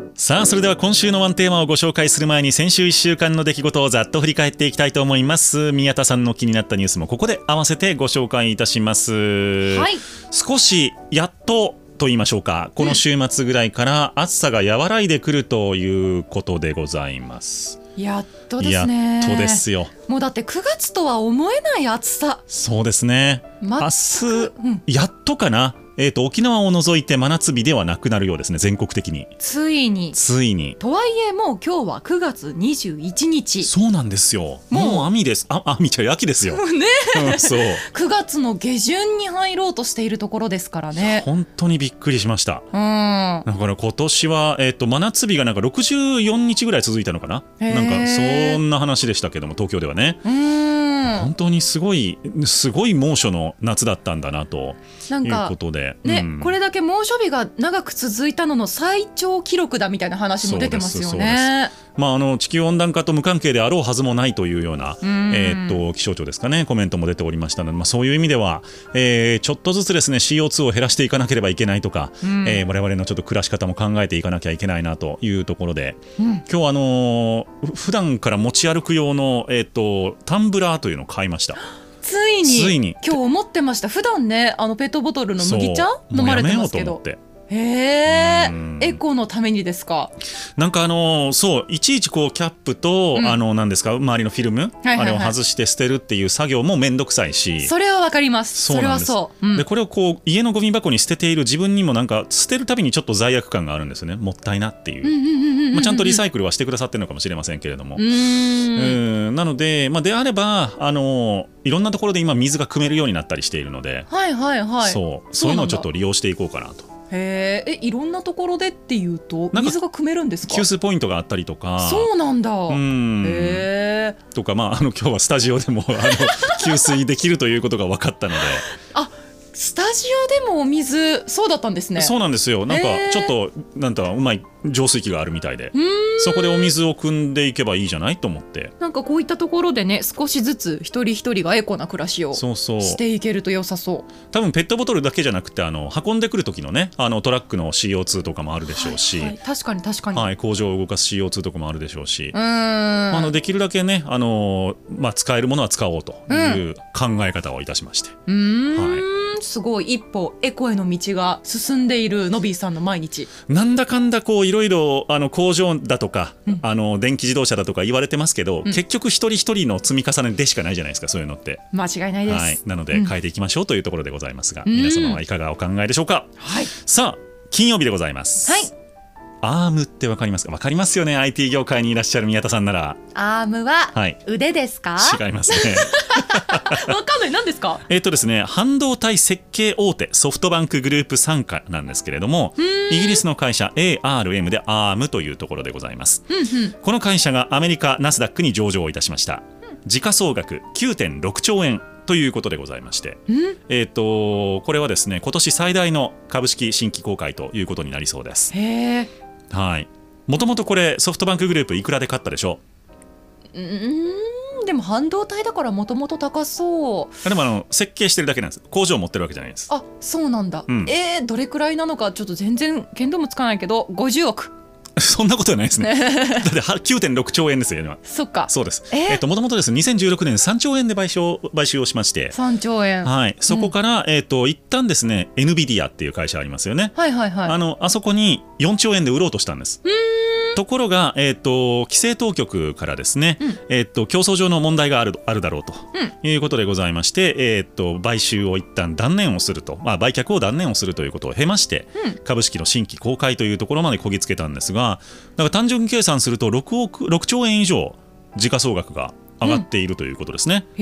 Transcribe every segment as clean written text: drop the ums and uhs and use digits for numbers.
さあそれでは今週のワンテーマをご紹介する前に、先週1週間の出来事をざっと振り返っていきたいと思います。宮田さんの気になったニュースもここで合わせてご紹介いたします。 はい、 少しやっとと言いましょうか、この週末ぐらいから暑さが和らいでくるということでございます。 やっとですね。 やっとですよ。 もうだって9月とは思えない暑さ。 そうですね。明日、やっとかな。沖縄を除いて真夏日ではなくなるようですね、全国的に。 ついにとはいえもう今日は9月21日。 そうなんですよ。もう秋です。秋ですよねそう 9月の下旬に入ろうとしているところですからね。 本当にびっくりしました。だから今年は、真夏日がなんか64日ぐらい続いたのかな。なんかそんな話でしたけども、東京ではね。本当にすごい猛暑の夏だったんだなということで、 これだけ猛暑日が長く続いたのの最長記録だみたいな話も出てますよね。 地球温暖化と無関係であろうはずもないというような、気象庁ですかね、コメントも出ておりましたので、そういう意味では、ちょっとずつですね CO2 を減らしていかなければいけないとか、我々のちょっと暮らし方も考えていかなきゃいけないなというところで、今日普段から持ち歩く用の、タンブラーというのを買いました。 ついに今日思ってました。普段ねペットボトルの麦茶飲まれてますけど、エコのためにですか。 なんかいちいちこうキャップと、何ですか、周りのフィルム、あれを外して捨てるっていう作業もめんどくさいし。 それはわかります。それはそう、 でこれをこう家のゴミ箱に捨てている自分にもなんか捨てるたびにちょっと罪悪感があるんですよね。もったいなっていう、ちゃんとリサイクルはしてくださってるのかもしれませんけれども、なので、であればいろんなところで今水が汲めるようになったりしているので、そういうのをちょっと利用していこうかなと。 いろんなところでっていうと水が汲めるんですか。 給水ポイントがあったりとか。 そうなんだ。 とか、今日はスタジオでも給水できるということが分かったのでスタジオでもお水、そうだったんですね。 そうなんですよ。なんかちょっとうまい浄水器があるみたいで、そこでお水を汲んでいけばいいじゃないと思って、 なんかこういったところでね、少しずつ一人一人がエコな暮らしをしていけると良さそう。 多分ペットボトルだけじゃなくて運んでくる時のねトラックの CO2 とかもあるでしょうし、 確かに、 工場を動かす CO2 とかもあるでしょうし、できるだけね使えるものは使おうという考え方をいたしまして、 すごい一歩エコへの道が進んでいるのびーさんの毎日。 なんだかんだこういろいろ工場だとか、電気自動車だとか言われてますけど、結局一人一人の積み重ねでしかないじゃないですか、そういうのって。 間違いないです。 なので変えていきましょうというところでございますが、皆様はいかがお考えでしょうか。さあ金曜日でございます。アームってわかりますか。わかりますよね。 IT 業界にいらっしゃる宮田さんなら。 アームは腕ですか。 違いますねわかんない。何ですか。 ですね、半導体設計大手ソフトバンクグループ傘下なんですけれども、イギリスの会社 ARM で ARM というところでございます。この会社がアメリカナスダックに上場いたしました。時価総額 9.6 兆円ということでございまして、これはですね今年最大の株式新規公開ということになりそうです。もともとこれソフトバンクグループいくらで買ったでしょう。でも半導体だからもともと高そう。 でも設計してるだけなんです。工場を持ってるわけじゃないです。 そうなんだ。どれくらいなのかちょっと全然見当もつかないけど、50億。 そんなことはないですね。だって 9.6 兆円ですよ今。 そっか。 そうです。もともとですね2016年3兆円で買収をしまして、 3兆円。 そこから、一旦ですね NVIDIA っていう会社ありますよね。あそこに4兆円で売ろうとしたんです。ところが、規制当局からですね、競争上の問題があるだろうということでございまして、買収を一旦断念をすると、売却を断念をするということを経まして、株式の新規公開というところまでこぎつけたんですが、だから単純計算すると6兆円以上時価総額が上がっているということですね。この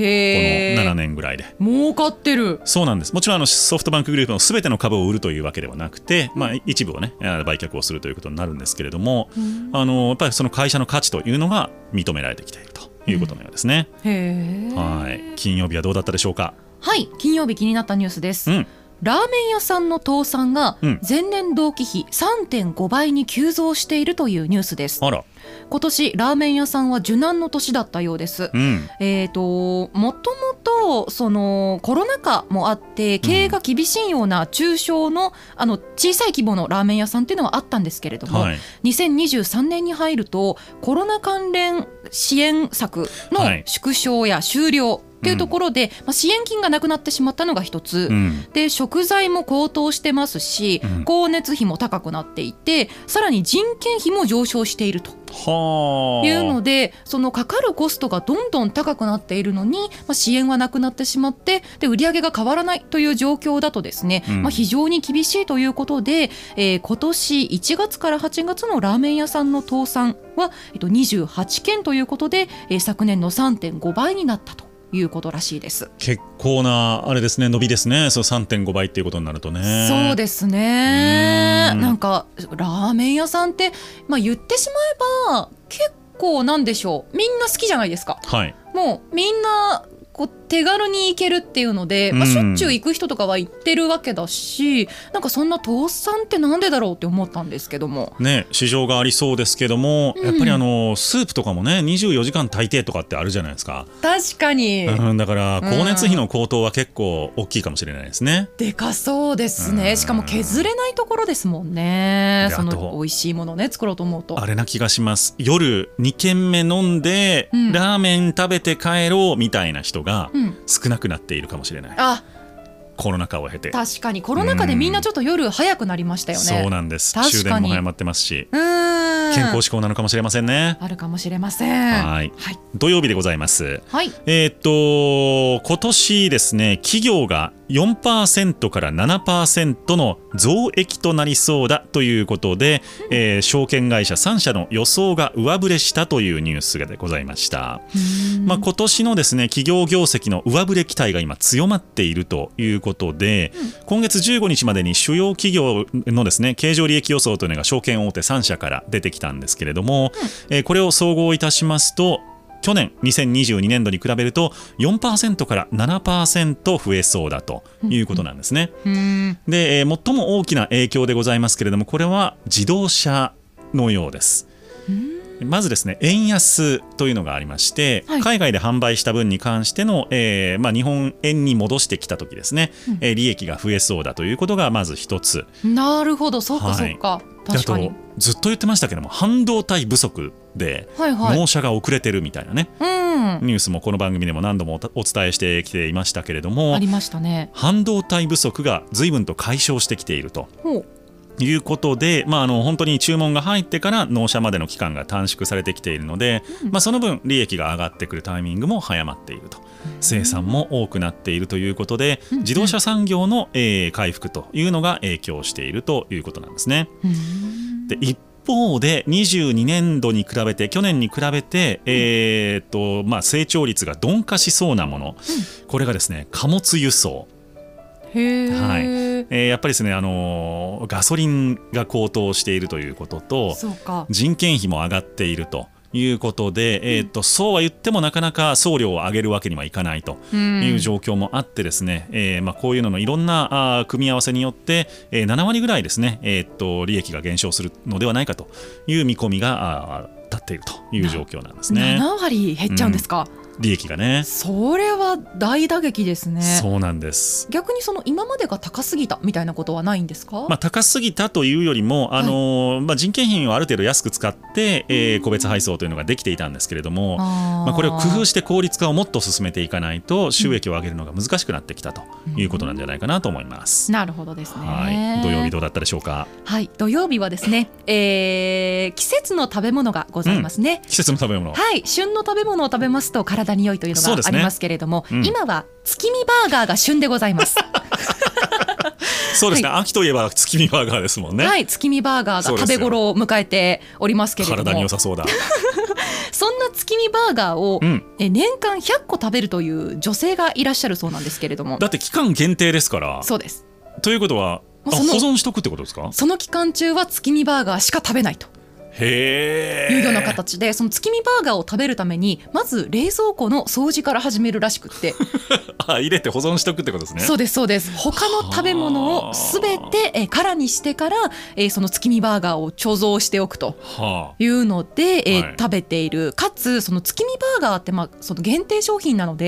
7年ぐらいで儲かってる。 そうなんです。もちろんソフトバンクグループの全ての株を売るというわけではなくて、一部をね売却をするということになるんですけれども、やっぱりその会社の価値というのが認められてきているということのようですね。金曜日はどうだったでしょうか。 金曜日気になったニュースです。ラーメン屋さんの倒産が前年同期比 3.5 倍に急増しているというニュースです。今年ラーメン屋さんは受難の年だったようです。もともとそのコロナ禍もあって経営が厳しいような中小の、小さい規模のラーメン屋さんっていうのはあったんですけれども、2023年に入るとコロナ関連支援策の縮小や終了というところで、支援金がなくなってしまったのが一つ、で食材も高騰してますし、光熱費も高くなっていて、さらに人件費も上昇しているというので、そのかかるコストがどんどん高くなっているのに、支援はなくなってしまって、で売上が変わらないという状況だとですね、非常に厳しいということで、今年1月から8月のラーメン屋さんの倒産は、28件ということで、昨年の 3.5 倍になったということらしいです。 結構なあれですね、伸びですね。そう 3.5 倍っていうことになるとね。 そうですね。なんかラーメン屋さんって、言ってしまえば結構なんでしょう、みんな好きじゃないですか。もうみんなこう手軽に行けるっていうので、しょっちゅう行く人とかは行ってるわけだし、なんかそんな倒産ってなんでだろうって思ったんですけどもね、市場がありそうですけども、やっぱりスープとかもね24時間炊いてとかってあるじゃないですか。 確かに、 だから光熱費の高騰は結構大きいかもしれないですね。 でかそうですね。しかも削れないところですもんね。その美味しいものね作ろうと思うとあれな気がします。夜2軒目飲んで、ラーメン食べて帰ろうみたいな人が少なくなっているかもしれない。コロナ禍を経て。 確かにコロナ禍でみんなちょっと夜早くなりましたよね。 そうなんです。終電も早まってますし、健康志向なのかもしれませんね。 あるかもしれません。 はい、土曜日でございます。 はい、 今年ですね、企業が4% から 7% の増益となりそうだということで、証券会社3社の予想が上振れしたというニュースがございました。今年のですね、企業業績の上振れ期待が今強まっているということで、今月15日までに主要企業のですね経常利益予想というのが証券大手3社から出てきたんですけれども、これを総合いたしますと、去年2022年度に比べると 4% から 7% 増えそうだということなんですね。で、最も大きな影響でございますけれども、これは自動車のようです。まずですね、円安というのがありまして、海外で販売した分に関しての、日本円に戻してきた時ですね、利益が増えそうだということがまず一つ。 なるほど、そうかそうか、確かに。 ずっと言ってましたけども、半導体不足で納車が遅れてるみたいなね、ニュースもこの番組でも何度もお伝えしてきていましたけれども、 ありましたね。 半導体不足が随分と解消してきているということで、本当に注文が入ってから納車までの期間が短縮されてきているので、その分利益が上がってくるタイミングも早まっていると、生産も多くなっているということで、自動車産業の回復というのが影響しているということなんですね。で、一方で22年度に比べて、去年に比べて、成長率が鈍化しそうなもの、これがですね、貨物輸送。やっぱりですね、ガソリンが高騰しているということと、人件費も上がっているということで、そうは言ってもなかなか送料を上げるわけにはいかないという状況もあってですね、こういうののいろんな組み合わせによって、7割ぐらいですね、利益が減少するのではないかという見込みが立っているという状況なんですね。 7割減っちゃうんですか。 利益がね。 それは大打撃ですね。 そうなんです。 逆にその今までが高すぎたみたいなことはないんですか。 高すぎたというよりも、人件費をある程度安く使って、個別配送というのができていたんですけれども、これを工夫して効率化をもっと進めていかないと収益を上げるのが難しくなってきたということなんじゃないかなと思います。 なるほどですね。 土曜日どうだったでしょうか。 土曜日はですね、季節の食べ物がございますね。 季節の食べ物、 旬の食べ物を食べますと体に良いというのがありますけれども、今は月見バーガーが旬でございます。 そうですね、秋といえば月見バーガーですもんね。 月見バーガーが食べ頃を迎えておりますけれども、 体に良さそうだ。 そんな月見バーガーを、年間100個食べるという女性がいらっしゃるそうなんですけれども、 だって期間限定ですから。 そうです。 ということは保存しとくってことですか。 その期間中は月見バーガーしか食べないというような形で、その月見バーガーを食べるためにまず冷蔵庫の掃除から始めるらしくって入れて保存しとくってことですね。 そうですそうです。他の食べ物をすべて空にしてから、その月見バーガーを貯蔵しておくというので、食べている。かつその月見バーガーって、その限定商品なので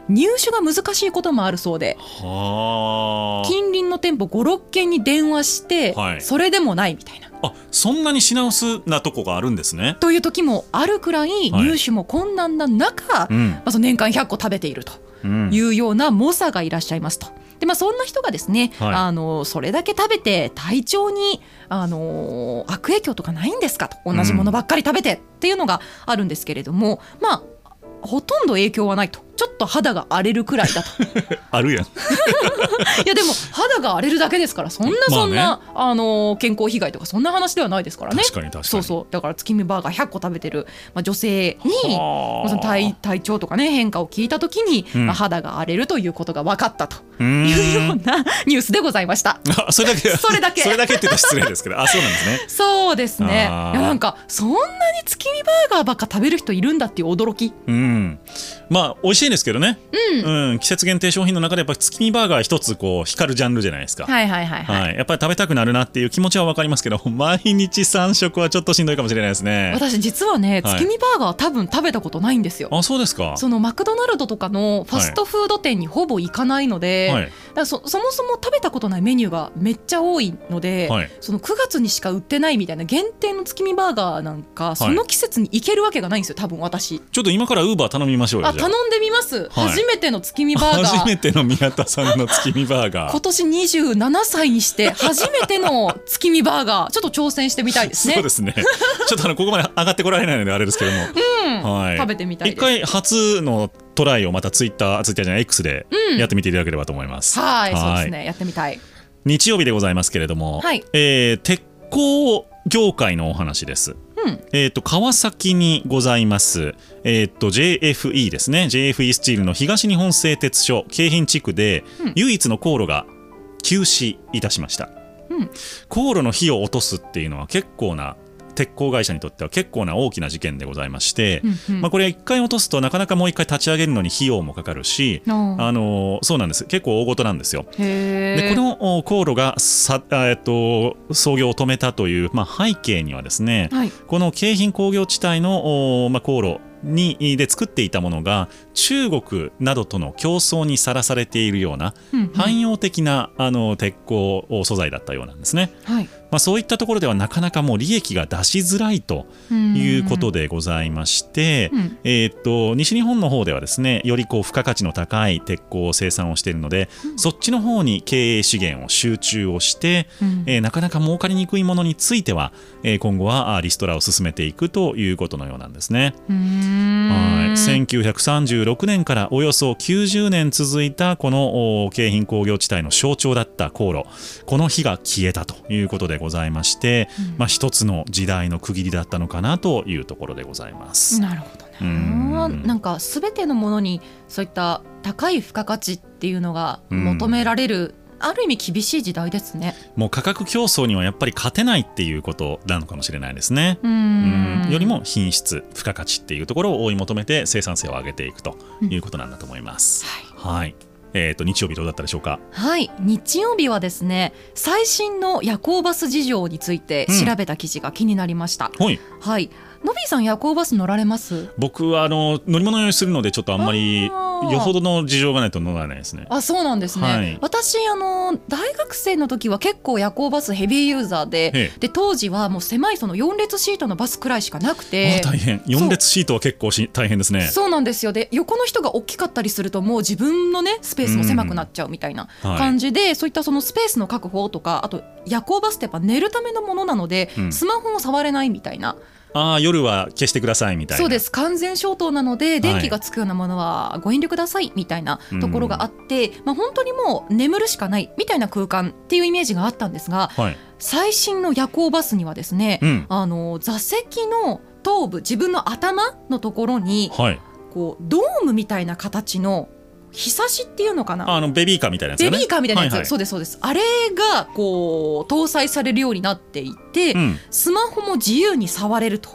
入手が難しいこともあるそうで、近隣の店舗 5,6 軒に電話して、それでもないみたいな、 そんなに品薄なとこがあるんですね。 という時もあるくらい入手も困難な中、その年間100個食べているというような猛者がいらっしゃいますと。でそんな人がですね、それだけ食べて体調に悪影響とかないんですかと、同じものばっかり食べてっていうのがあるんですけれども、ほとんど影響はないと。ちょっと肌が荒れるくらいだとあるやんいやでも肌が荒れるだけですから、そんな、健康被害とかそんな話ではないですからね。 確かにそうだから月見バーガー100個食べてる、女性にその 体調とかね変化を聞いた時に、肌が荒れるということが分かったというようなニュースでございました。 それだけそれだけって言ったら失礼ですけどそうなんですね。 そうですね。いやなんかそんなに月見バーガーばっか食べる人いるんだっていう驚き。 美味しいんですけどね、季節限定商品の中でやっぱり月見バーガー一つこう光るジャンルじゃないですか。やっぱり食べたくなるなっていう気持ちは分かりますけど、毎日3食はちょっとしんどいかもしれないですね。 私実はね、月見バーガー多分食べたことないんですよ。 そうですか。 そのマクドナルドとかのファストフード店にほぼ行かないので、だからそもそも食べたことないメニューがめっちゃ多いので、その9月にしか売ってないみたいな限定の月見バーガーなんか、その季節に行けるわけがないんですよ多分私。 ちょっと今からウーバー頼みましょうよ。 頼んでみます、初めての月見バーガー、 初めての宮田さんの月見バーガー今年27歳にして初めての月見バーガーちょっと挑戦してみたいですね。 そうですねちょっとここまで上がってこられないのであれですけども、 食べてみたいです。 一回初のトライをまたツイッターじゃない X でやってみていただければと思います。 そうですね、やってみたい。 日曜日でございますけれども、鉄鋼業界のお話です。川崎にございます、JFE ですね、 JFE スチールの東日本製鉄所京浜地区で、唯一の高炉が休止いたしました。高炉の火を落とすっていうのは結構な、鉄鋼会社にとっては結構な大きな事件でございまして、これ1回落とすとなかなかもう1回立ち上げるのに費用もかかるし、そうなんです、結構大事なんですよ。でこの高炉が操業を止めたという、背景にはですね、この京浜工業地帯の、高炉で作っていたものが中国などとの競争にさらされているような汎用的な鉄鋼素材だったようなんですね。そういったところではなかなかもう利益が出しづらいということでございまして、西日本の方ではですね、より付加価値の高い鉄鋼を生産をしているので、そっちの方に経営資源を集中をして、なかなか儲かりにくいものについては、今後はリストラを進めていくということのようなんですね。1936年からおよそ90年続いたこの京浜工業地帯の象徴だった高炉、この火が消えたということでございまして、一つの時代の区切りだったのかなというところでございます。 なるほどね。なんか全てのものにそういった高い付加価値っていうのが求められる、ある意味厳しい時代ですね。もう価格競争にはやっぱり勝てないっていうことなのかもしれないですね。よりも品質、付加価値っていうところを追い求めて生産性を上げていくということなんだと思います。日曜日どうだったでしょうか。 日曜日はですね、最新の夜行バス事情について調べた記事が気になりました。のびーさん夜行バス乗られます？ 僕は乗り物用意するのでちょっとあんまりよほどの事情がないと乗らないですね。 そうなんですね。私大学生の時は結構夜行バスヘビーユーザーで、当時はもう狭いその4列シートのバスくらいしかなくて、 大変。4列シートは結構大変ですね。 そうなんですよ。で横の人が大きかったりするともう自分のねスペースも狭くなっちゃうみたいな感じで、そういったそのスペースの確保とか、あと夜行バスってやっぱ寝るためのものなので、スマホを触れないみたいな。 夜は消してくださいみたいな。 そうです、完全消灯なので電気がつくようなものはご遠慮くださいみたいなところがあって、本当にもう眠るしかないみたいな空間っていうイメージがあったんですが、最新の夜行バスにはですね、座席の頭部、自分の頭のところに、こうドームみたいな形のひさしっていうのかな、 ベビーカーみたいなやつね。 ベビーカーみたいなやつ、そうですそうです。あれがこう搭載されるようになっていて、スマホも自由に触れると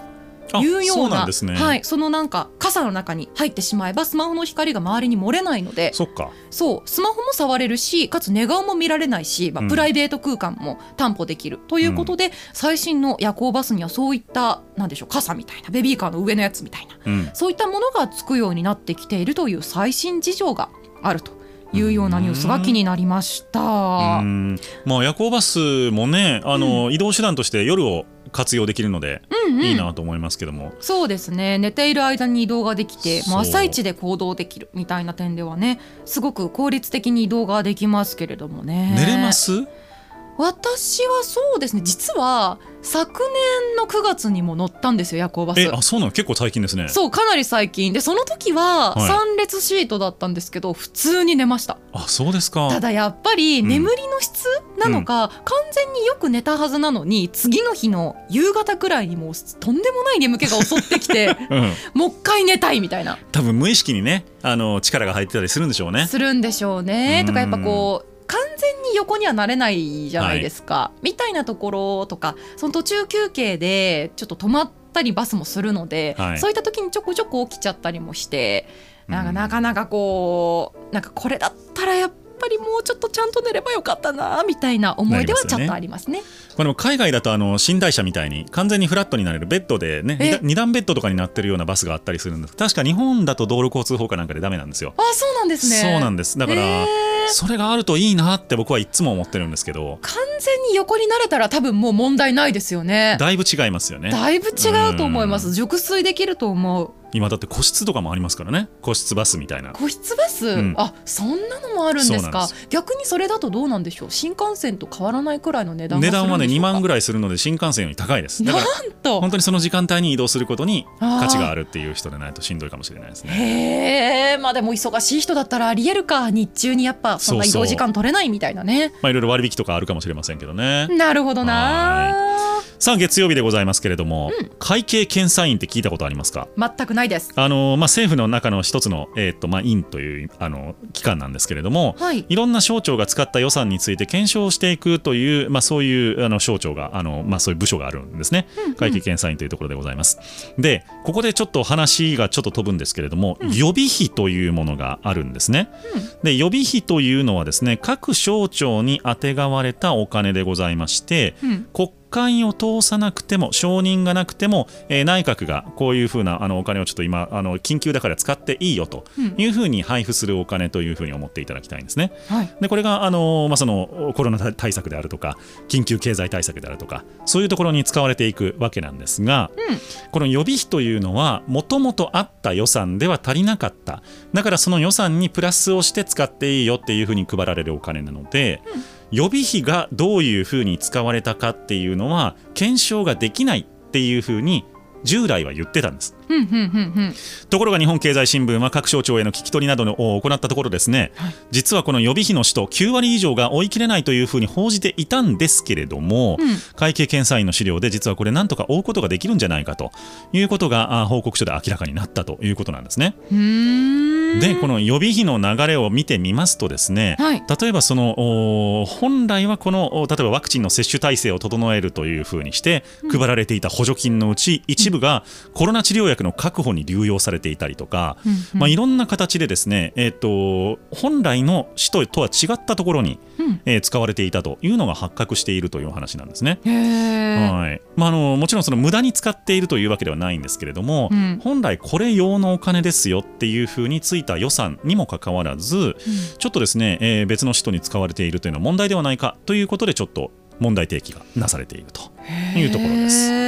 いうような、 はい、 そのなんか傘の中に入ってしまえばスマホの光が周りに漏れないので、 そっか、 そうスマホも触れるし、かつ寝顔も見られないし、プライベート空間も担保できるということで、最新の夜行バスにはそういったなんでしょう、傘みたいなベビーカーの上のやつみたいな、そういったものがつくようになってきているという最新事情があるというようなニュースが気になりました。 まあ、夜行バスもね、移動手段として夜を活用できるのでいいなと思いますけども、 そうですね、寝ている間に移動ができて、もう朝一で行動できるみたいな点ではね、すごく効率的に移動ができますけれどもね。 寝れます？ 私はそうですね、実は昨年の9月にも乗ったんですよ、夜行バス。 あ、そうなの？結構最近ですね。 そう、かなり最近で、その時は3列シートだったんですけど、普通に寝ました。 あ、そうですか。 ただやっぱり眠りの質なのか、完全によく寝たはずなのに、次の日の夕方くらいにもうとんでもない眠気が襲ってきて、もう一回寝たいみたいな。 多分無意識にね、力が入ってたりするんでしょうね。 するんでしょうね。とかやっぱこう完全に横にはなれないじゃないですか、みたいなところとか、その途中休憩でちょっと止まったりバスもするので、そういった時にちょこちょこ起きちゃったりもして、なかなかこう、なんかこれだったらやっぱりもうちょっとちゃんと寝ればよかったなみたいな思い出はちょっとありますね。 これも海外だと寝台車みたいに完全にフラットになれるベッドでね、2段ベッドとかになってるようなバスがあったりするんです。確か日本だと道路交通法かなんかでダメなんですよ。 あ、そうなんですね。 そうなんです。だからそれがあるといいなって僕はいつも思ってるんですけど、 完全に横になれたら多分もう問題ないですよね。 だいぶ違いますよね。 だいぶ違うと思います。熟睡できると思う。 今だって個室とかもありますからね。個室バスみたいな。 個室バス、あ、そんなのもあるんですか。逆にそれだとどうなんでしょう。新幹線と変わらないくらいの値段がするんでしょうか。 値段はね2万ぐらいするので新幹線より高いです。だからなんと本当にその時間帯に移動することに価値があるっていう人でないとしんどいかもしれないですね。 へえ、まあでも忙しい人だったらありえるか。日中にやっぱそんな移動時間取れないみたいなね。 いろいろ割引とかあるかもしれませんけどね。 なるほどな。 さあ月曜日でございますけれども、会計検査院って聞いたことありますか？ 全くないです。 政府の中の一つの、院という機関なんですけれども、いろんな省庁が使った予算について検証していくという、そういう省庁がそういう部署があるんですね。会計検査院というところでございます。でここでちょっと話がちょっと飛ぶんですけれども、予備費というものがあるんですね。で予備費というのはですね、各省庁にあてがわれたお金でございまして、国会を通さなくても承認がなくても、内閣がこういうふうなお金をちょっと今緊急だから使っていいよというふうに配布するお金というふうに思っていただきたいんですね。でこれがそのコロナ対策であるとか緊急経済対策であるとかそういうところに使われていくわけなんですが、この予備費というのはもともとあった予算では足りなかった。だからその予算にプラスをして使っていいよっていうふうに配られるお金なので、予備費がどういうふうに使われたかっていうのは検証ができないっていうふうに従来は言ってたんです。ところが日本経済新聞は各省庁への聞き取りなどを行ったところですね、実はこの予備費の使途9割以上が追い切れないというふうに報じていたんですけれども、会計検査院の資料で実はこれなんとか追うことができるんじゃないかということが報告書で明らかになったということなんですね。でこの予備費の流れを見てみますとですね、例えばその本来はこの例えばワクチンの接種体制を整えるというふうにして配られていた補助金のうち一部がコロナ治療薬の確保に流用されていたりとか、いろんな形でですね、本来の使途とは違ったところに、使われていたというのが発覚しているという話なんですね。もちろんその無駄に使っているというわけではないんですけれども、本来これ用のお金ですよっていうふうについた予算にもかかわらず、ちょっとですね、別の使途に使われているというのは問題ではないかということでちょっと問題提起がなされているというところです。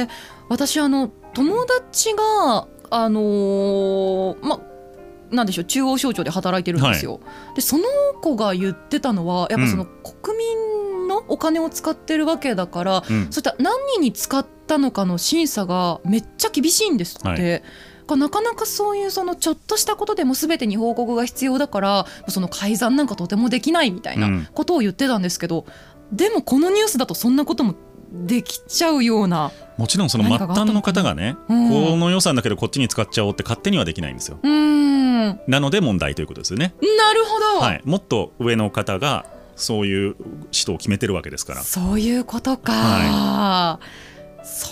私友達がなんでしょう、中央省庁で働いてるんですよ。でその子が言ってたのはやっぱその国民のお金を使ってるわけだから、そういった何人に使ったのかの審査がめっちゃ厳しいんですって。なかなかそういうそのちょっとしたことでも全てに報告が必要だからその改ざんなんかとてもできないみたいなことを言ってたんですけど、でもこのニュースだとそんなこともできちゃうような。 もちろんその末端の方がね、この予算だけどこっちに使っちゃおうって勝手にはできないんですよ。なので問題ということですよね。 なるほど、 もっと上の方がそういう使途を決めてるわけですから。 そういうことか、それはな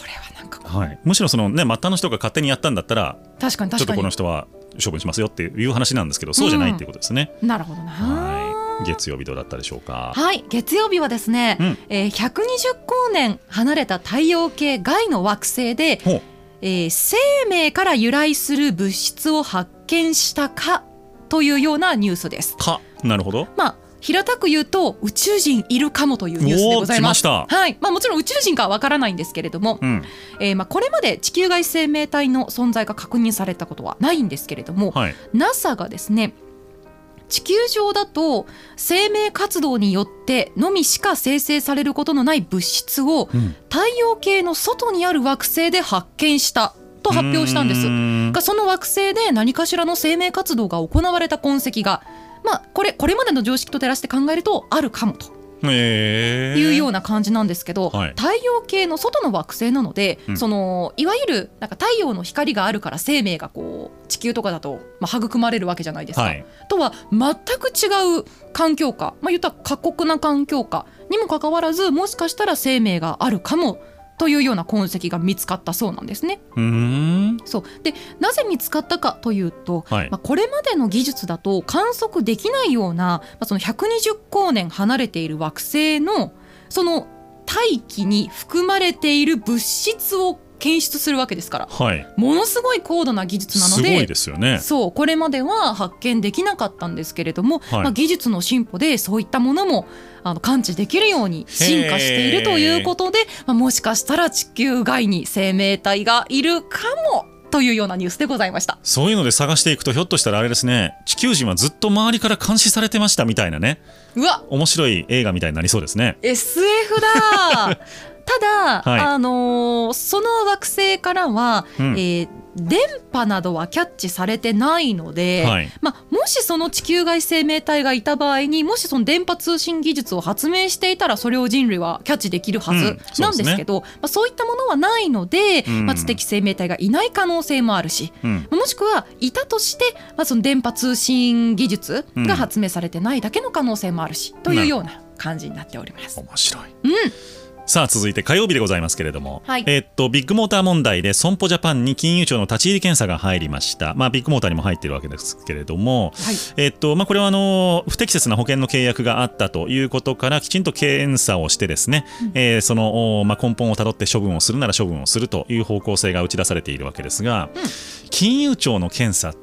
なんか、 はい、むしろその、ね、末端の人が勝手にやったんだったら確かにちょっとこの人は処分しますよっていう話なんですけど、そうじゃないっていうことですね。 なるほどな。 はい、月曜日どうだったでしょうか。 はい、月曜日はですね、120光年離れた太陽系外の惑星で、生命から由来する物質を発見したかというようなニュースです。 なるほど。 平たく言うと宇宙人いるかもというニュースでございます。はい、もちろん宇宙人かはわからないんですけれども、これまで地球外生命体の存在が確認されたことはないんですけれども、NASA がですね、地球上だと生命活動によってのみしか生成されることのない物質を太陽系の外にある惑星で発見したと発表したんですが、その惑星で何かしらの生命活動が行われた痕跡が、これまでの常識と照らして考えるとあるかもというような感じなんですけど、太陽系の外の惑星なので、そのいわゆるなんか太陽の光があるから生命がこう地球とかだと育まれるわけじゃないですか、とは全く違う環境下、言ったら過酷な環境下にもかかわらず、もしかしたら生命があるかもというような痕跡が見つかったそうなんですね。そうで、なぜ見つかったかというと、これまでの技術だと観測できないような、その120光年離れている惑星のその大気に含まれている物質を検出するわけですから、ものすごい高度な技術なので、 すごいですよね。 そう、これまでは発見できなかったんですけれども、技術の進歩でそういったものも感知できるように進化しているということで、もしかしたら地球外に生命体がいるかもというようなニュースでございました。 そういうので探していくと、ひょっとしたらあれですね、地球人はずっと周りから監視されてましたみたいなね、面白い映画みたいになりそうですね。 SF だただ、その惑星からは、電波などはキャッチされてないので、もしその地球外生命体がいた場合に、もしその電波通信技術を発明していたら、それを人類はキャッチできるはずなんですけど、そういったものはないので、知的生命体がいない可能性もあるし、もしくはいたとして、その電波通信技術が発明されてないだけの可能性もあるし、というような感じになっております。 面白い。さあ続いて火曜日でございますけれども、ビッグモーター問題で損保ジャパンに金融庁の立ち入り検査が入りました。ビッグモーターにも入っているわけですけれども、これは不適切な保険の契約があったということから、きちんと検査をしてですね、その、根本をたどって処分をするなら処分をするという方向性が打ち出されているわけですが、金融庁の検査って、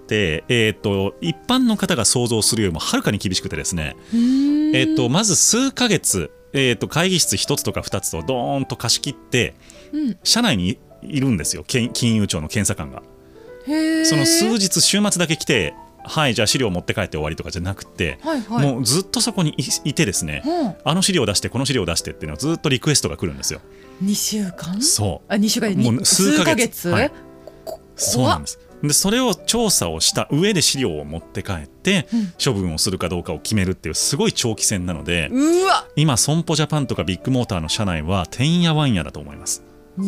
一般の方が想像するよりもはるかに厳しくてですね、まず数ヶ月会議室1つとか2つとドーンと貸し切って、社内にいるんですよ、金融庁の検査官が。その数日週末だけ来て、じゃあ資料持って帰って終わりとかじゃなくて、もうずっとそこに いてですね、あの資料出してこの資料出してっていうのはずっとリクエストが来るんですよ。 2週間そう 2週間もう数ヶ月、そうなんです。でそれを調査をした上で資料を持って帰って処分をするかどうかを決めるっていうすごい長期戦なので、今損保ジャパンとかビッグモーターの社内はてんやわんやだと思います。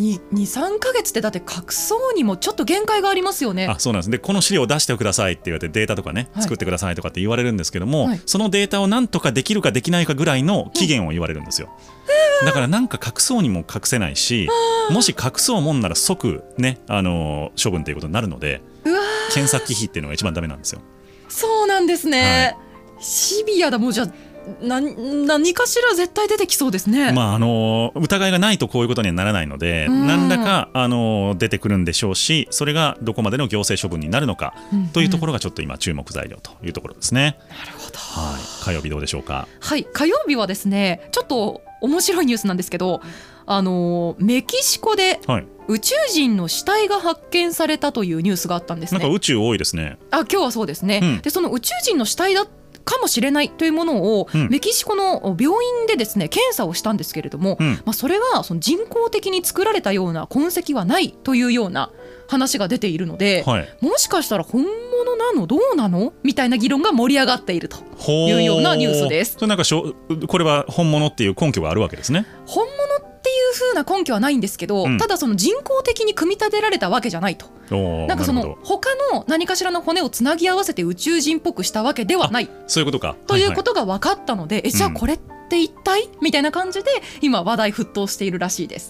2,3 ヶ月ってだって隠そうにもちょっと限界がありますよね。 そうなんです。でこの資料を出してくださいって言われて、データとかね、作ってくださいとかって言われるんですけども、そのデータをなんとかできるかできないかぐらいの期限を言われるんですよ。だからなんか隠そうにも隠せないし、もし隠そうもんなら即ね、処分ということになるので、検査忌避っていうのが一番ダメなんですよ。 そうなんですね、シビアだ。もうじゃあ何かしら絶対出てきそうですね。 疑いがないとこういうことにはならないので、何らか出てくるんでしょうし、それがどこまでの行政処分になるのかというところがちょっと今注目材料というところですね。 なるほど。 火曜日どうでしょうか。 火曜日はですね、ちょっと面白いニュースなんですけど、メキシコで宇宙人の死体が発見されたというニュースがあったんですね。 なんか宇宙多いですね。 今日はそうですね、でその宇宙人の死体だかもしれないというものを、メキシコの病院でですね検査をしたんですけれども、それがその人工的に作られたような痕跡はないというような話が出ているので、もしかしたら本物なのどうなのみたいな議論が盛り上がっているというようなニュースです。 それなんかこれは本物っていう根拠があるわけですね。 本物っていう風な根拠はないんですけど、ただその人工的に組み立てられたわけじゃないと。なんかその他の何かしらの骨をつなぎ合わせて宇宙人っぽくしたわけではない、 そういうことかということが分かったので、じゃあこれって一体みたいな感じで今話題沸騰しているらしいです。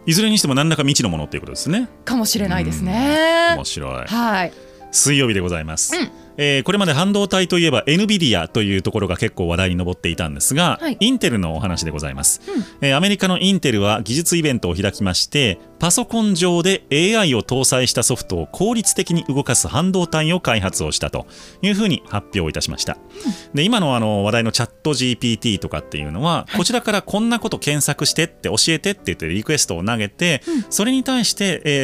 いずれにしても何らか未知のものっていうことですね。 かもしれないですね。 面白い。 はい。 水曜日でございます。これまで半導体といえば NVIDIA というところが結構話題に上っていたんですが、はい、インテルのお話でございます。アメリカのインテルは技術イベントを開きまして、パソコン上で AI を搭載したソフトを効率的に動かす半導体を開発をしたというふうに発表いたしました。で、今の話題のチャット GPT とかっていうのは、こちらからこんなこと検索してって教えてって言ってリクエストを投げて、それに対して、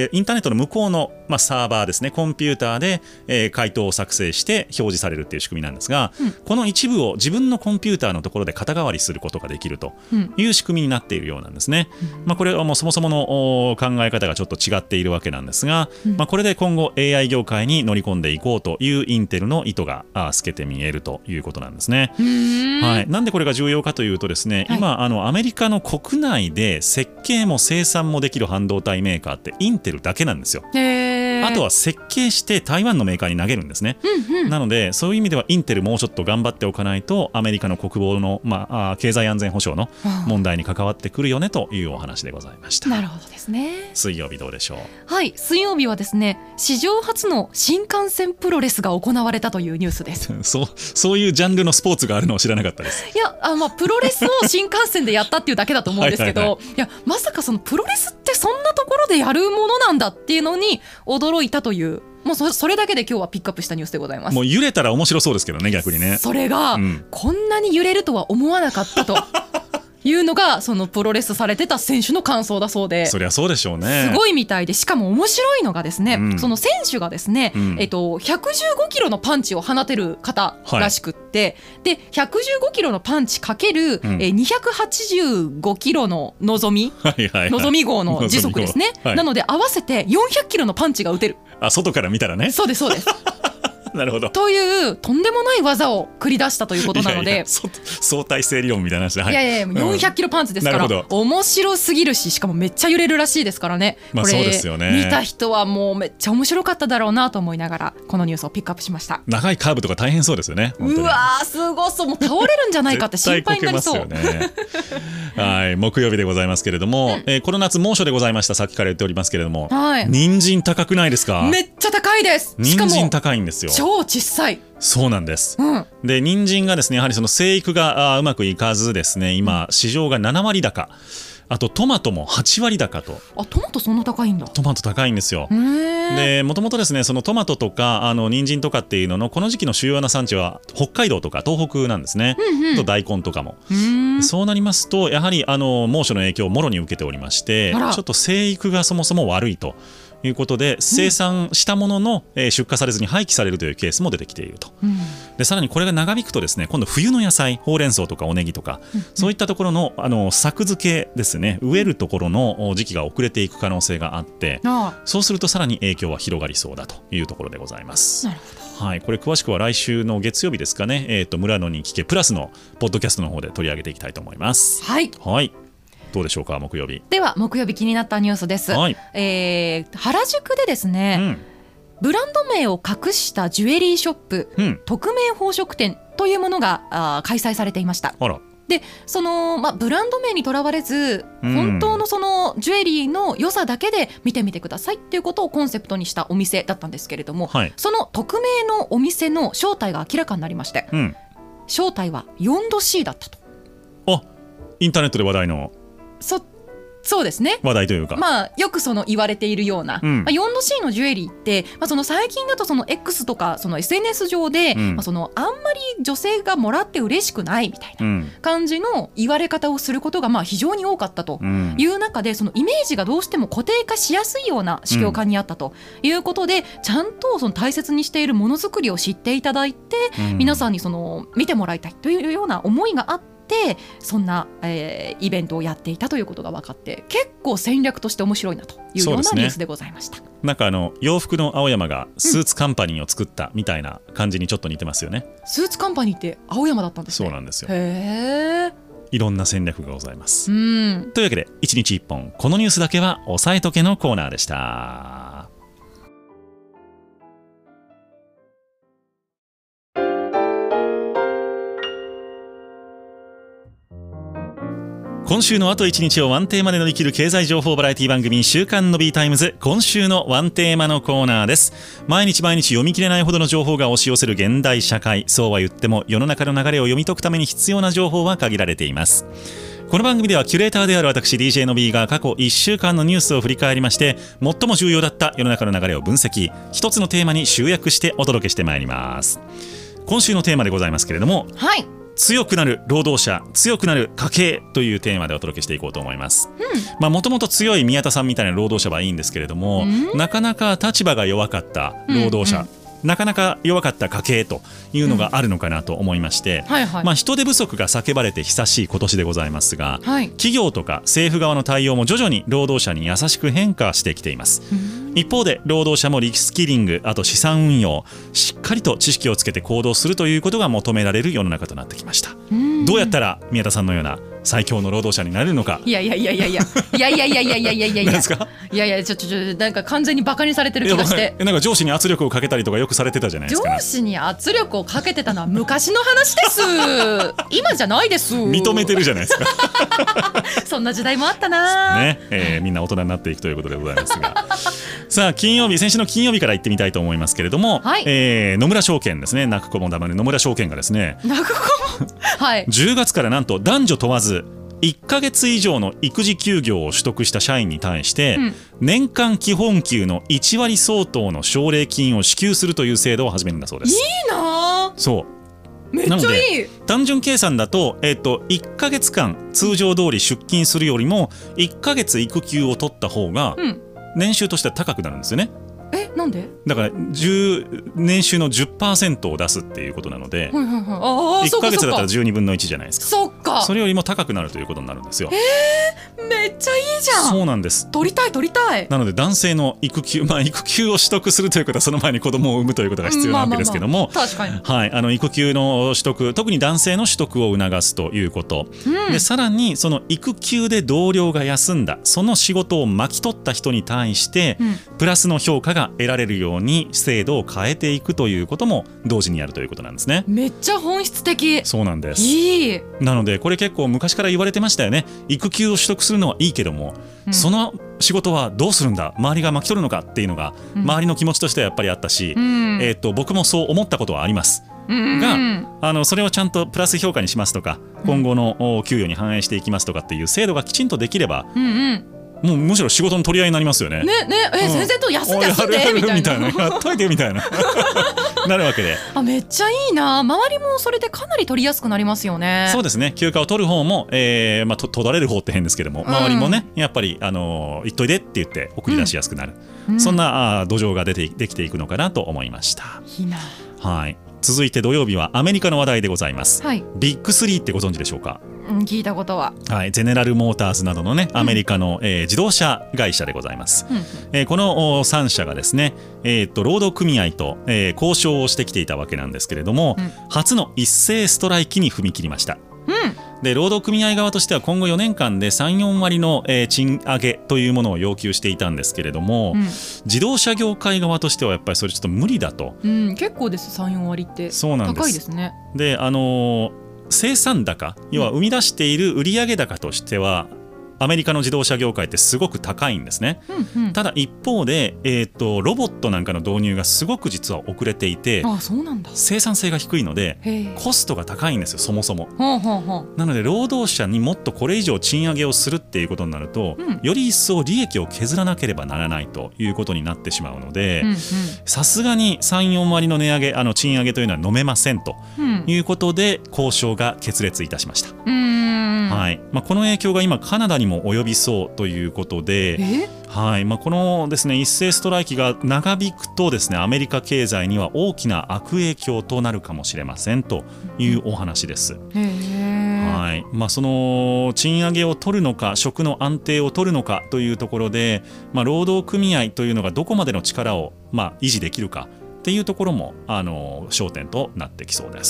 インターネットの向こうの、サーバーですね、コンピューターで、回答を作成して表示されるっていう仕組みなんですが、この一部を自分のコンピューターのところで肩代わりすることができるという仕組みになっているようなんですね。これはもうそもそもの考え方がちょっと違っているわけなんですが、これで今後 AI 業界に乗り込んでいこうというインテルの意図が透けて見えるということなんですね。はい、なんでこれが重要かというとですね、今アメリカの国内で設計も生産もできる半導体メーカーってインテルだけなんですよ。あとは設計して台湾のメーカーに投げるんですね。なのでそういう意味ではインテルもうちょっと頑張っておかないとアメリカの国防の、経済安全保障の問題に関わってくるよねというお話でございました。 なるほどですね。 水曜日どうでしょう。 はい、水曜日はですね、史上初の新幹線プロレスが行われたというニュースですそういうジャンルのスポーツがあるのを知らなかったです。 いや、プロレスを新幹線でやったっていうだけだと思うんですけどいや、まさかそのプロレスってそんなところでやるものなんだっていうのに驚いたという、もうそれだけで今日はピックアップしたニュースでございます。 もう揺れたら面白そうですけどね、逆にね。 それが、こんなに揺れるとは思わなかったというのがそのプロレスされてた選手の感想だそうで、 そりゃそうでしょうね。 すごいみたいで、しかも面白いのがですね、その選手がですね、115キロのパンチを放てる方らしくって、で115キロのパンチかける、285キロののぞみ号の時速ですね、なので合わせて400キロのパンチが打てる。 外から見たらね。 そうですそうですなるほど。 というとんでもない技を繰り出したということなので、 相対性理論みたいな話で、 いや400キロパンチですから、面白すぎるし、しかもめっちゃ揺れるらしいですからね。これそうですよね。 見た人はもうめっちゃ面白かっただろうなと思いながらこのニュースをピックアップしました。 長いカーブとか大変そうですよね。 うわー、すごそう。もう倒れるんじゃないかって心配になりそう。 絶対こけますよね。はい、木曜日でございますけれども、この夏猛暑でございました。さっきから言っておりますけれども、人参高くないですか。 めっちゃ高いです。 人参高いんですよ。 超小さい。 そうなんです、で人参がですね、やはりその生育がうまくいかずですね、今市場が7割高、あとトマトも8割高と。 トマトそんな高いんだ。 トマト高いんですよ。でもともとですね、そのトマトとか人参とかっていうののこの時期の主要な産地は北海道とか東北なんですね、と大根とかも。そうなりますとやはり猛暑の影響をもろに受けておりまして、ちょっと生育がそもそも悪いということで、生産したものの出荷されずに廃棄されるというケースも出てきていると。でさらにこれが長引くとですね、今度冬の野菜、ほうれん草とかおネギとか、そういったところの作付けですね、植えるところの時期が遅れていく可能性があって、そうするとさらに影響は広がりそうだというところでございます。 なるほど。 はい、これ詳しくは来週の月曜日ですかね、村野に聞けプラスのポッドキャストの方で取り上げていきたいと思います。 はい、 はい、どうでしょうか。木曜日では木曜日気になったニュースです、原宿でですね、ブランド名を隠したジュエリーショップ、匿名宝飾店というものが開催されていました。でその、ブランド名にとらわれず、本当のそのジュエリーの良さだけで見てみてくださいっていうことをコンセプトにしたお店だったんですけれども、その匿名のお店の正体が明らかになりまして、正体は 4°C だったと。 インターネットで話題のそうですね、 話題というか、 よくその言われているような、4°C のジュエリーって、その最近だとその X とかその SNS 上で、そのあんまり女性がもらって嬉しくないみたいな感じの言われ方をすることが非常に多かったという中で、そのイメージがどうしても固定化しやすいような市況下にあったということで、ちゃんとその大切にしているものづくりを知っていただいて、皆さんにその見てもらいたいというような思いがあって、そんな、イベントをやっていたということが分かって、結構戦略として面白いなというようなニュースでございました。 なんか洋服の青山がスーツカンパニーを作ったみたいな感じにちょっと似てますよね。 スーツカンパニーって青山だったんですね。 そうなんですよ。 へー、 いろんな戦略がございます。というわけで1日1本このニュースだけは押さえとけのコーナーでした。 今週のあと1日をワンテーマで乗り切る経済情報バラエティ番組週刊の B タイムズ、今週のワンテーマのコーナーです。毎日読み切れないほどの情報が押し寄せる現代社会、そうは言っても世の中の流れを読み解くために必要な情報は限られています。この番組ではキュレーターである私 DJ の B が過去1週間のニュースを振り返りまして、最も重要だった世の中の流れを分析、一つのテーマに集約してお届けしてまいります。今週のテーマでございますけれども、 はい、 強くなる労働者、強くなる家計というテーマでお届けしていこうと思います。もともと強い宮田さんみたいな労働者はいいんですけれども、なかなか立場が弱かった労働者、なかなか弱かった家計というのがあるのかなと思いまして、人手不足が叫ばれて久しい今年でございますが、企業とか政府側の対応も徐々に労働者に優しく変化してきています。一方で労働者もリスキリング、あと資産運用、しっかりと知識をつけて行動するということが求められる世の中となってきました。どうやったら宮田さんのような最強の労働者になれるのか。 いやちょなんか完全にバカにされてる気がして。 なんか上司に圧力をかけたりとかよくされてたじゃないですか。 上司に圧力をかけてたのは昔の話です今じゃないです。 認めてるじゃないですかそんな時代もあったな、 ね。みんな大人になっていくということでございますがさあ先週の金曜日から行ってみたいと思いますけれども、野村証券ですね、泣く子も黙る野村証券がですね、 泣く子も 10月からなんと男女問わず1ヶ月以上の育児休業を取得した社員に対して、年間基本給の1割相当の奨励金を支給するという制度を始めるんだそうです。 いいな。 そうめっちゃいい。 単純計算だと、1ヶ月間通常通り出勤するよりも1ヶ月育休を取った方が年収としては高くなるんですよね。 なんで？ だから年収の 10% を出すっていうことなので、1ヶ月だったら12分の1じゃないですか。 そっか。 それよりも高くなるということになるんですよ。 めっちゃいいじゃん。 そうなんです。 取りたい。なので男性の育休を取得するということはその前に子供を産むということが必要なわけですけども、 確かに、 育休の取得、特に男性の取得を促すということ、でさらにその育休で同僚が休んだその仕事を巻き取った人に対して、プラスの評価が得られるように制度を変えていくということも同時にやるということなんですね。 めっちゃ本質的。 そうなんです。 いい。 なのでこれ結構昔から言われてましたよね。育休を取得するのはいいけども、その仕事はどうするんだ、周りが巻き取るのかっていうのが周りの気持ちとしてはやっぱりあったし、僕もそう思ったことはありますが、それをちゃんとプラス評価にしますとか、今後の給与に反映していきますとかっていう制度がきちんとできれば、もうむしろ仕事の取り合いになりますよね。 先生と休んでみたいなやっといてみたいななるわけで、 めっちゃいいな。周りもそれでかなり取りやすくなりますよね。 そうですね。休暇を取る方も、取られる方って変ですけども、周りもねやっぱり行っといでって言って送り出しやすくなる、そんな土壌ができていくのかなと思いました。 いいな。 続いて土曜日はアメリカの話題でございます。ビッグ3ってご存知でしょうか？ 聞いたことは、 ゼネラルモーターズなどのねアメリカの、自動車会社でございます。この3社がですね、労働組合と、交渉をしてきていたわけなんですけれども、初の一斉ストライキに踏み切りました。で労働組合側としては今後4年間で 3,4 割の、賃上げというものを要求していたんですけれども、自動車業界側としてはやっぱりそれちょっと無理だと。 結構です。 3,4 割って高いですね。 で生産高、要は生み出している売上高としてはアメリカの自動車業界ってすごく高いんですね。ただ一方で、ロボットなんかの導入がすごく実は遅れていて、 そうなんだ。 生産性が低いのでコストが高いんですよ、そもそも。なので労働者にもっとこれ以上賃上げをするっていうことになると、より一層利益を削らなければならないということになってしまうので、さすがに 3,4 割の値上げ、賃上げというのは飲めませんということで交渉が決裂いたしました。この影響が今カナダにも及びそうということで、このですね一斉ストライキが長引くとですねアメリカ経済には大きな悪影響となるかもしれませんというお話です。その賃上げを取るのか職の安定を取るのかというところで、労働組合というのがどこまでの力を維持できるかっていうところも焦点となってきそうです。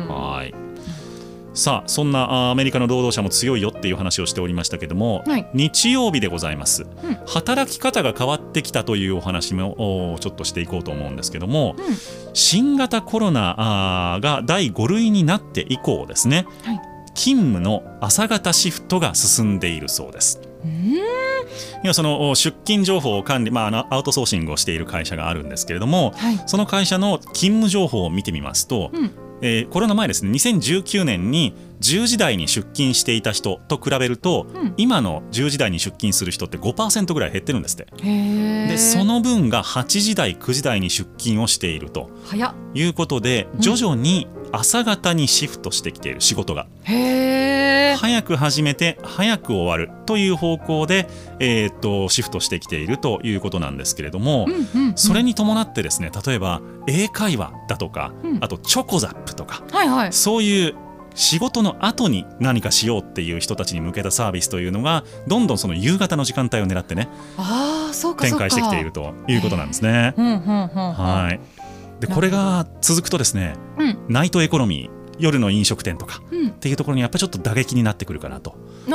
さあそんなアメリカの労働者も強いよっていう話をしておりましたけども、日曜日でございます、働き方が変わってきたというお話もちょっとしていこうと思うんですけども、新型コロナが第5類になって以降ですね、 勤務の朝型シフトが進んでいるそうです。今その出勤情報を管理、アウトソーシングをしている会社があるんですけれども、はい、その会社の勤務情報を見てみますと、コロナ前ですね、2019年に10時台に出勤していた人と比べると、今の10時台に出勤する人って 5% ぐらい減ってるんですって。でその分が8時台9時台に出勤をしているということで、徐々に朝方にシフトしてきている仕事が、早く始めて早く終わるという方向で、シフトしてきているということなんですけれども、それに伴ってですね、例えば英会話だとか、あとチョコザップとか、そういう仕事の後に何かしようっていう人たちに向けたサービスというのがどんどんその夕方の時間帯を狙ってね、展開してきているということなんですね。はい。でこれが続くとですね、ナイトエコノミー、夜の飲食店とかっていうところにやっぱりちょっと打撃になってくるかなと。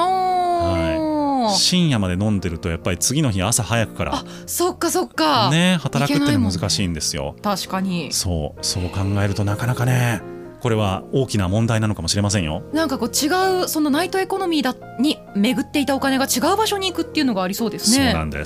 深夜まで飲んでるとやっぱり次の日朝早くからそっかね、働くっていうのは難しいんですよ。 確かにそう考えるとなかなかね、これは大きな問題なのかもしれませんよ。 なんかこう違う、そのナイトエコノミーに巡っていたお金が違う場所に行くっていうのがありそうですね。 そうなんです、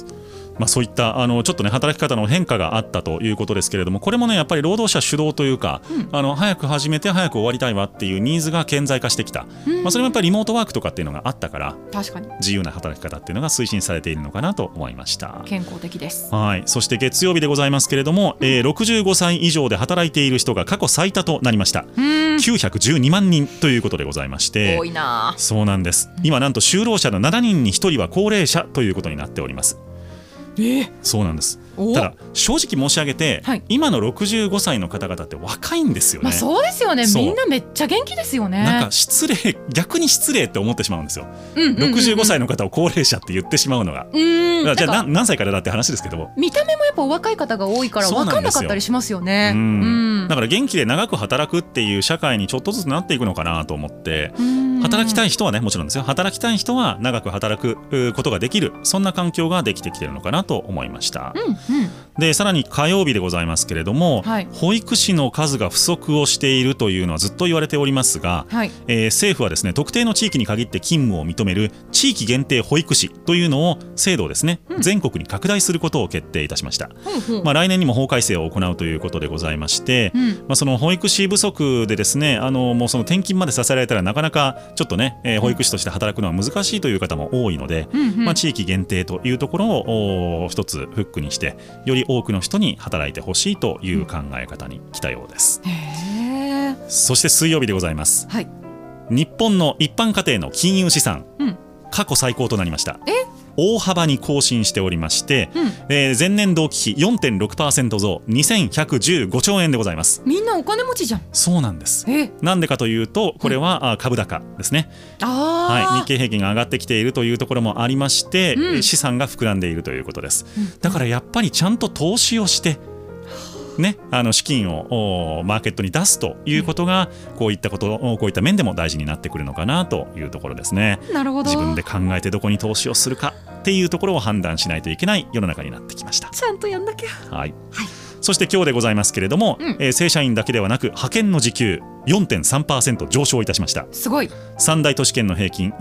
そういったちょっとね働き方の変化があったということですけれども、これもねやっぱり労働者主導というか、早く始めて早く終わりたいわっていうニーズが顕在化してきた、それもやっぱりリモートワークとかっていうのがあったから、 確かに自由な働き方っていうのが推進されているのかなと思いました。 健康的です。 はい。そして月曜日でございますけれども、65歳以上で働いている人が過去最多となりました。912万人ということでございまして、 多いな。 そうなんです。今なんと就労者の7人に1人は高齢者ということになっております。そうなんです。ただ正直申し上げて、今の65歳の方々って若いんですよね。 そうですよね。みんなめっちゃ元気ですよね。 なんか逆に失礼って思ってしまうんですよ。65歳の方を高齢者って言ってしまうのが。じゃあ何歳からだって話ですけども、 見た目もやっぱお若い方が多いから分かんなかったりしますよね。 だから元気で長く働くっていう社会にちょっとずつなっていくのかなと思って、働きたい人はね、もちろんですよ、働きたい人は長く働くことができる、そんな環境ができてきているのかなと思いました。でさらに火曜日でございますけれども、保育士の数が不足をしているというのはずっと言われておりますが、政府はですね、特定の地域に限って勤務を認める地域限定保育士というのを制度をですね、全国に拡大することを決定いたしました。来年にも法改正を行うということでございまして、その保育士不足でですね、もうその転勤までさせられたらなかなかちょっとね、保育士として働くのは難しいという方も多いので、地域限定というところを一つフックにしてより多くの人に働いてほしいという考え方に来たようです。そして水曜日でございます。日本の一般家庭の金融資産、過去最高となりました。大幅に更新しておりまして、前年同期比 4.6% 増2115兆円でございます。 みんなお金持ちじゃん。 そうなんです。なんでかというと、これは株高ですね。日経平均が上がってきているというところもありまして、資産が膨らんでいるということです。だからやっぱりちゃんと投資をしてね、資金をマーケットに出すということが、こういった面でも大事になってくるのかなというところですね。 なるほど。 自分で考えてどこに投資をするかっていうところを判断しないといけない世の中になってきました。 ちゃんとやんなきゃ。 そして今日でございますけれども、正社員だけではなく派遣の時給 4.3% 上昇いたしました。 すごい。 三大都市圏の平均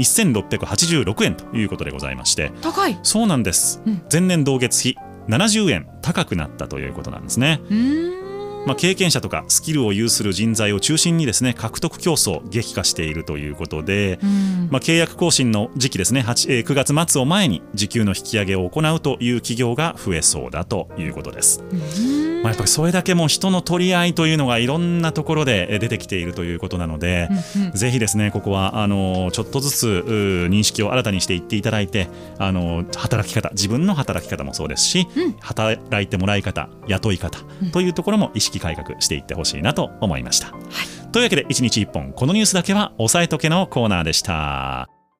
1686円ということでございまして、 高い。 そうなんです。前年同月比70円高くなったということなんですね。経験者とかスキルを有する人材を中心にですね、獲得競争激化しているということで、契約更新の時期ですね、9月末を前に時給の引き上げを行うという企業が増えそうだということです。やっぱりそれだけも人の取り合いというのがいろんなところで出てきているということなので、ぜひですね、ここはちょっとずつ認識を新たにしていっていただいて、働き方、自分の働き方もそうですし、働いてもらい方、雇い方というところも意識改革していってほしいなと思いました。というわけで1日1本このニュースだけは押さえとけのコーナーでした。